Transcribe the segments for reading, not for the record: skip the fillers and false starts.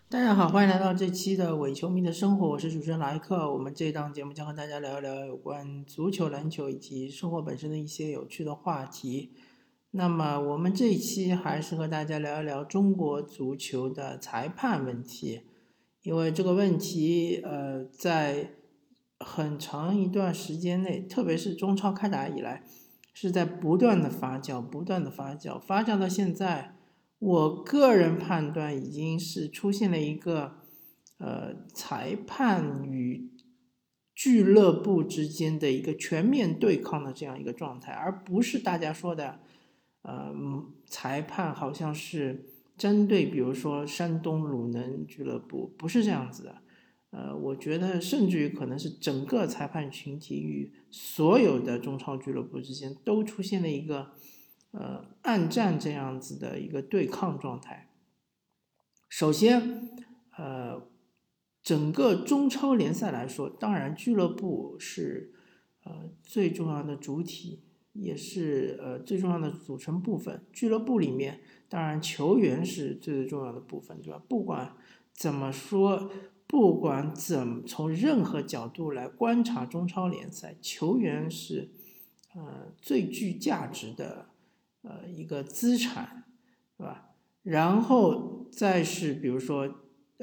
大家好，欢迎来到这期的伪球迷的生活，我是主持人莱克。我们这一档节目将和大家聊一聊有关足球、篮球以及生活本身的一些有趣的话题。那么我们这一期还是和大家聊一聊中国足球的裁判问题，因为这个问题，在很长一段时间内，特别是中超开打以来，是在不断的发酵，不断的发酵，发酵到现在。我个人判断已经是出现了一个，裁判与俱乐部之间的一个全面对抗的这样一个状态，而不是大家说的，裁判好像是针对比如说山东鲁能俱乐部，不是这样子的。我觉得甚至于可能是整个裁判群体与所有的中超俱乐部之间都出现了一个暗战这样子的一个对抗状态。首先，整个中超联赛来说，当然俱乐部是最重要的主体，也是最重要的组成部分。俱乐部里面，当然球员是最重要的部分，对吧？不管怎么说，不管从任何角度来观察中超联赛，球员是最具价值的一个资产，对吧？然后再是比如说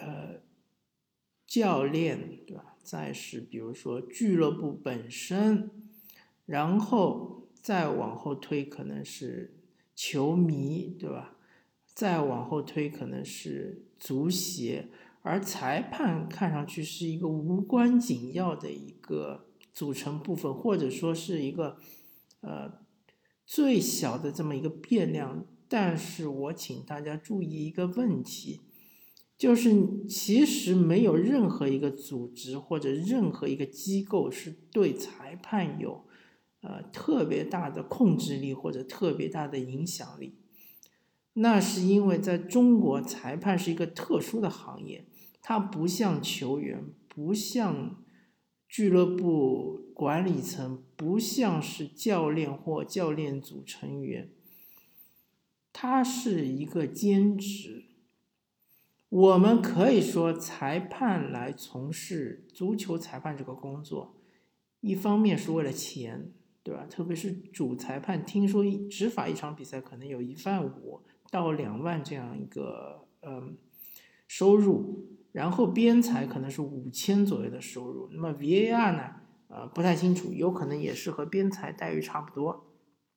教练，对吧？再是比如说俱乐部本身，然后再往后推可能是球迷，对吧？再往后推可能是足协，而裁判看上去是一个无关紧要的一个组成部分，或者说是一个最小的这么一个变量。但是我请大家注意一个问题，就是其实没有任何一个组织或者任何一个机构是对裁判有特别大的控制力或者特别大的影响力。那是因为在中国，裁判是一个特殊的行业，它不像球员，不像俱乐部管理层，不像是教练或教练组成员，它是一个兼职。我们可以说，裁判来从事足球裁判这个工作，一方面是为了钱，对吧？特别是主裁判，听说执法一场比赛可能有1.5万到2万这样一个收入，然后边裁可能是5000左右的收入。那么 VAR 呢？不太清楚，有可能也是和边裁待遇差不多。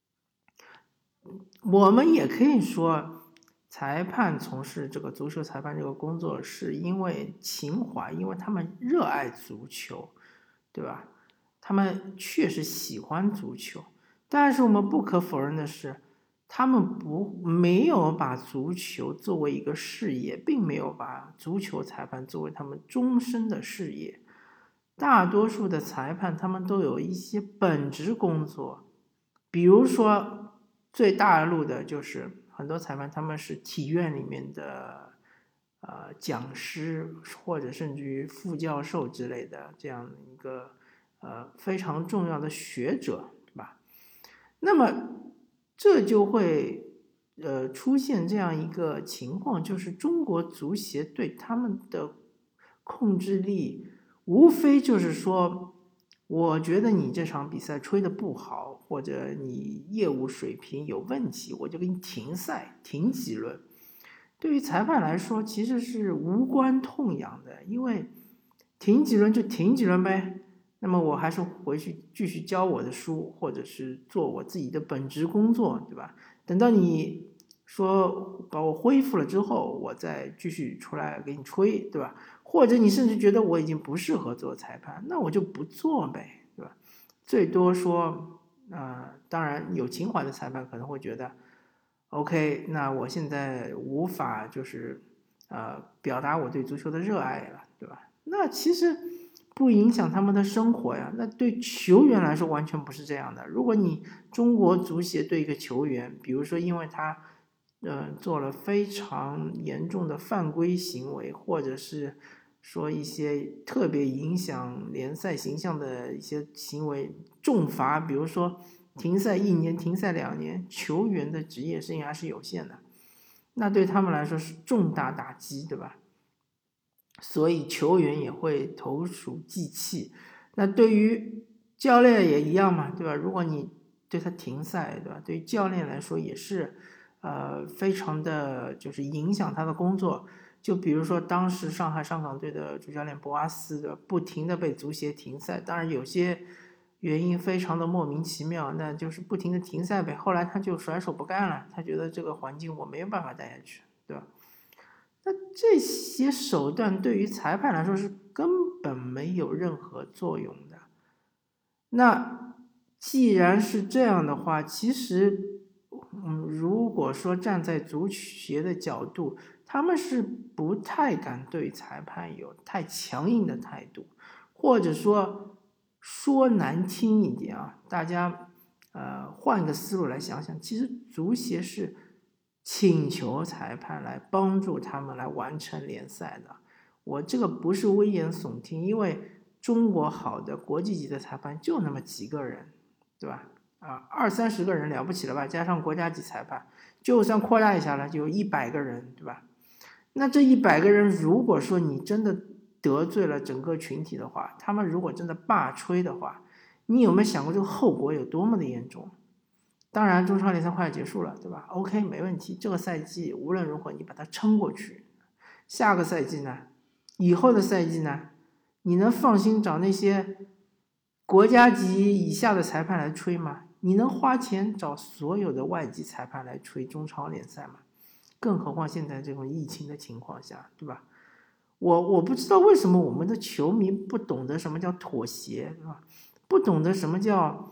我们也可以说，裁判从事这个足球裁判这个工作，是因为情怀，因为他们热爱足球，对吧？他们确实喜欢足球，但是我们不可否认的是，他们没有把足球作为一个事业，并没有把足球裁判作为他们终身的事业。大多数的裁判，他们都有一些本职工作，比如说最大路的就是很多裁判他们是体院里面的讲师，或者甚至于副教授之类的这样一个非常重要的学者，对吧？那么这就会出现这样一个情况，就是中国足协对他们的控制力，无非就是说，我觉得你这场比赛吹得不好，或者你业务水平有问题，我就给你停赛、停几轮。对于裁判来说，其实是无关痛痒的，因为停几轮就停几轮呗。那么我还是回去继续教我的书，或者是做我自己的本职工作，对吧？等到你说把我恢复了之后，我再继续出来给你吹，对吧？或者你甚至觉得我已经不适合做裁判，那我就不做呗，对吧？最多说，当然有情怀的裁判可能会觉得 OK，那我现在无法就是表达我对足球的热爱了，对吧？那其实不影响他们的生活呀。那对球员来说完全不是这样的。如果你中国足协对一个球员，比如说因为他做了非常严重的犯规行为，或者是说一些特别影响联赛形象的一些行为，重罚，比如说停赛1年、停赛2年，球员的职业生涯是有限的，那对他们来说是重大打击，对吧？ 所以球员也会投鼠忌器。那对于教练也一样嘛，对吧？如果你对他停赛，对吧？对于教练来说也是，非常的就是影响他的工作。就比如说当时上海上港队的主教练博阿斯的不停的被足协停赛，当然有些原因非常的莫名其妙，那就是不停的停赛呗。后来他就甩手不干了，他觉得这个环境我没有办法带下去，对吧？那这些手段对于裁判来说是根本没有任何作用的。那既然是这样的话，其实，如果说站在足协的角度，他们是不太敢对裁判有太强硬的态度，或者说难听一点啊，大家换个思路来想想，其实足协是请求裁判来帮助他们来完成联赛的。我这个不是危言耸听，因为中国好的国际级的裁判就那么几个人，对吧？20-30个人了不起了吧？加上国家级裁判，就算扩大一下了，就有100个人，对吧？那这100个人，如果说你真的得罪了整个群体的话，他们如果真的罢吹的话，你有没有想过这个后果有多么的严重？当然，中超联赛快要结束了，对吧 ？OK， 没问题，这个赛季无论如何你把它撑过去。下个赛季呢？以后的赛季呢？你能放心找那些国家级以下的裁判来吹吗？你能花钱找所有的外籍裁判来吹中超联赛吗？更何况现在这种疫情的情况下，对吧？我不知道为什么我们的球迷不懂得什么叫妥协，对吧？不懂得什么叫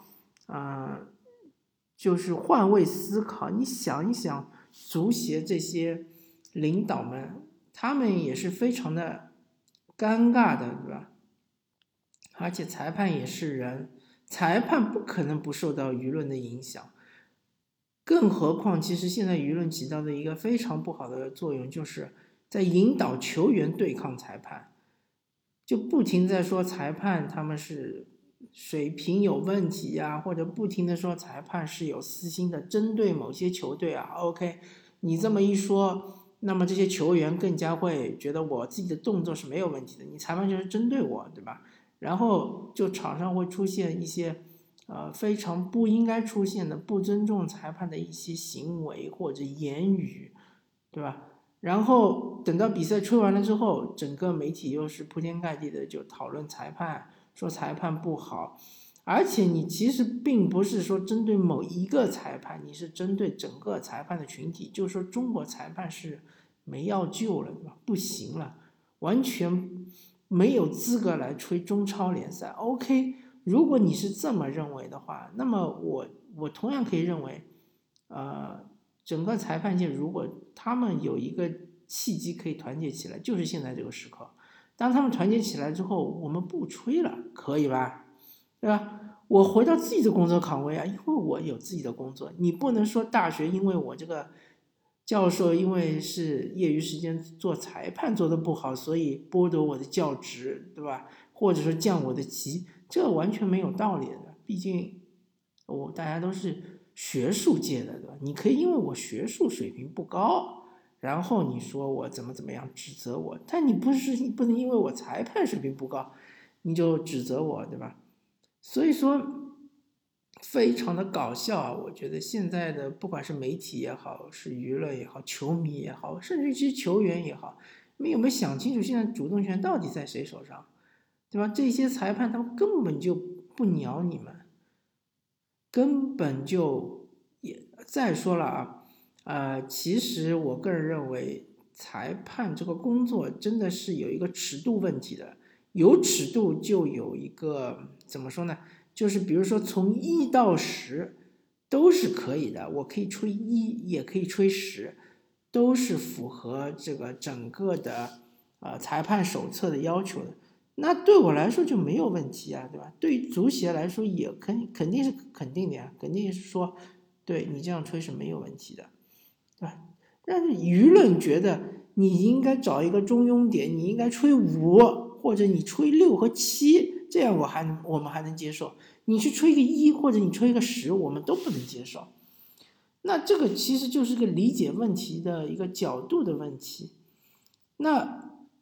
就是换位思考。你想一想，足协这些领导们，他们也是非常的尴尬的，对吧？而且裁判也是人，裁判不可能不受到舆论的影响。更何况，其实现在舆论起到的一个非常不好的作用，就是在引导球员对抗裁判，就不停在说裁判他们是水平有问题呀，或者不停的说裁判是有私心的，针对某些球队啊。OK，你这么一说，那么这些球员更加会觉得我自己的动作是没有问题的，你裁判就是针对我，对吧？然后就场上会出现一些非常不应该出现的不尊重裁判的一些行为或者言语，对吧？然后等到比赛吹完了之后，整个媒体又是铺天盖地的就讨论裁判，说裁判不好，而且你其实并不是说针对某一个裁判，你是针对整个裁判的群体，就是说中国裁判是没药救了，对吧？不行了，完全没有资格来吹中超联赛。OK，如果你是这么认为的话，那么我同样可以认为，整个裁判界如果他们有一个契机可以团结起来，就是现在这个时刻。当他们团结起来之后，我们不吹了，可以吧？对吧？我回到自己的工作岗位啊，因为我有自己的工作。你不能说大学因为我这个教授因为是业余时间做裁判做得不好，所以剥夺我的教职，对吧？或者说降我的级，这完全没有道理的。毕竟大家都是学术界的，对吧？你可以因为我学术水平不高，然后你说我怎么样指责我，但你不能因为我裁判水平不高，你就指责我，对吧？所以说非常的搞笑啊！我觉得现在的不管是媒体也好，是舆论也好，球迷也好，甚至于球员也好，你们有没有想清楚现在主动权到底在谁手上，对吧？这些裁判他们根本就不鸟你们，根本就也再说了其实我个人认为裁判这个工作真的是有一个尺度问题的，有尺度就有一个怎么说呢？就是比如说从1到10都是可以的，我可以吹1，也可以吹10，都是符合这个整个的裁判手册的要求的。那对我来说就没有问题啊，对吧？对于足协来说也肯定是肯定的呀，肯定是说对你这样吹是没有问题的，对吧？但是舆论觉得你应该找一个中庸点，你应该吹5，或者你吹6和7，这样我们还能接受。你去吹个1，或者你吹个10，我们都不能接受。那这个其实就是个理解问题的一个角度的问题。那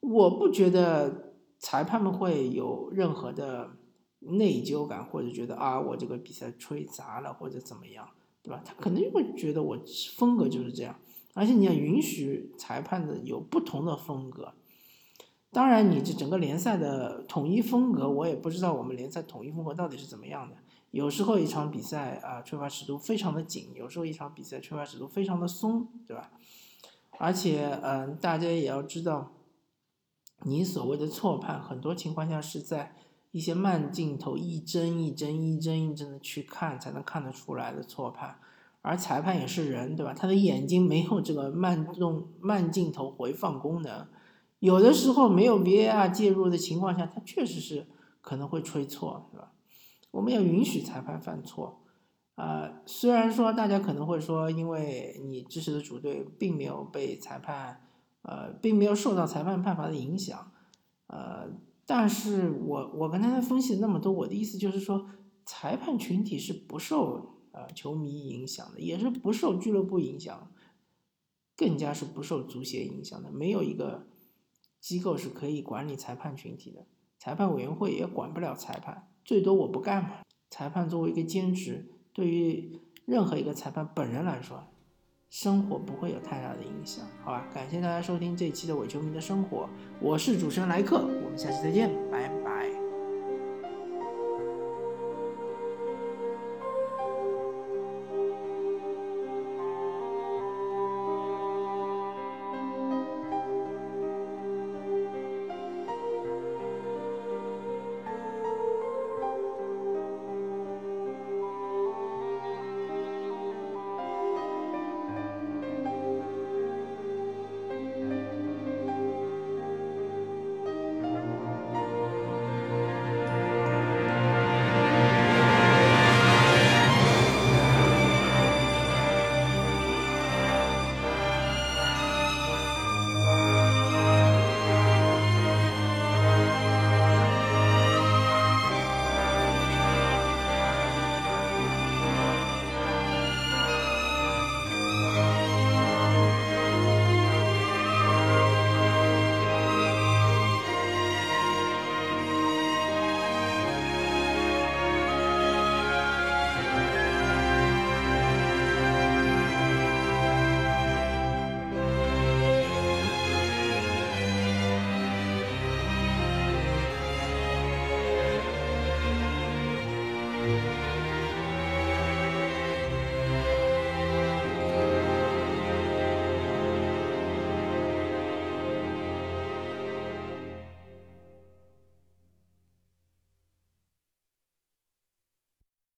我不觉得裁判们会有任何的内疚感，或者觉得啊我这个比赛吹砸了或者怎么样，对吧？他肯定会觉得我风格就是这样，而且你要允许裁判的有不同的风格。当然，你这整个联赛的统一风格，我也不知道我们联赛统一风格到底是怎么样的。有时候一场比赛啊，吹罚尺度非常的紧，有时候一场比赛吹罚尺度非常的松，对吧？而且，大家也要知道，你所谓的错判，很多情况下是在一些慢镜头一帧一帧、一帧一帧的去看，才能看得出来的错判。而裁判也是人，对吧？他的眼睛没有这个慢镜头回放功能，有的时候没有 VAR 介入的情况下，他确实是可能会吹错，对吧？我们要允许裁判犯错。虽然说大家可能会说，因为你支持的主队并没有被裁判，并没有受到裁判判罚的影响，但是我跟大家分析了那么多，我的意思就是说，裁判群体是不受球迷影响的，也是不受俱乐部影响，更加是不受足协影响的。没有一个机构是可以管理裁判群体的，裁判委员会也管不了裁判，最多我不干嘛。裁判作为一个兼职，对于任何一个裁判本人来说，生活不会有太大的影响，好吧？感谢大家收听这一期的伪球迷的生活，我是主持人莱克，我们下期再见。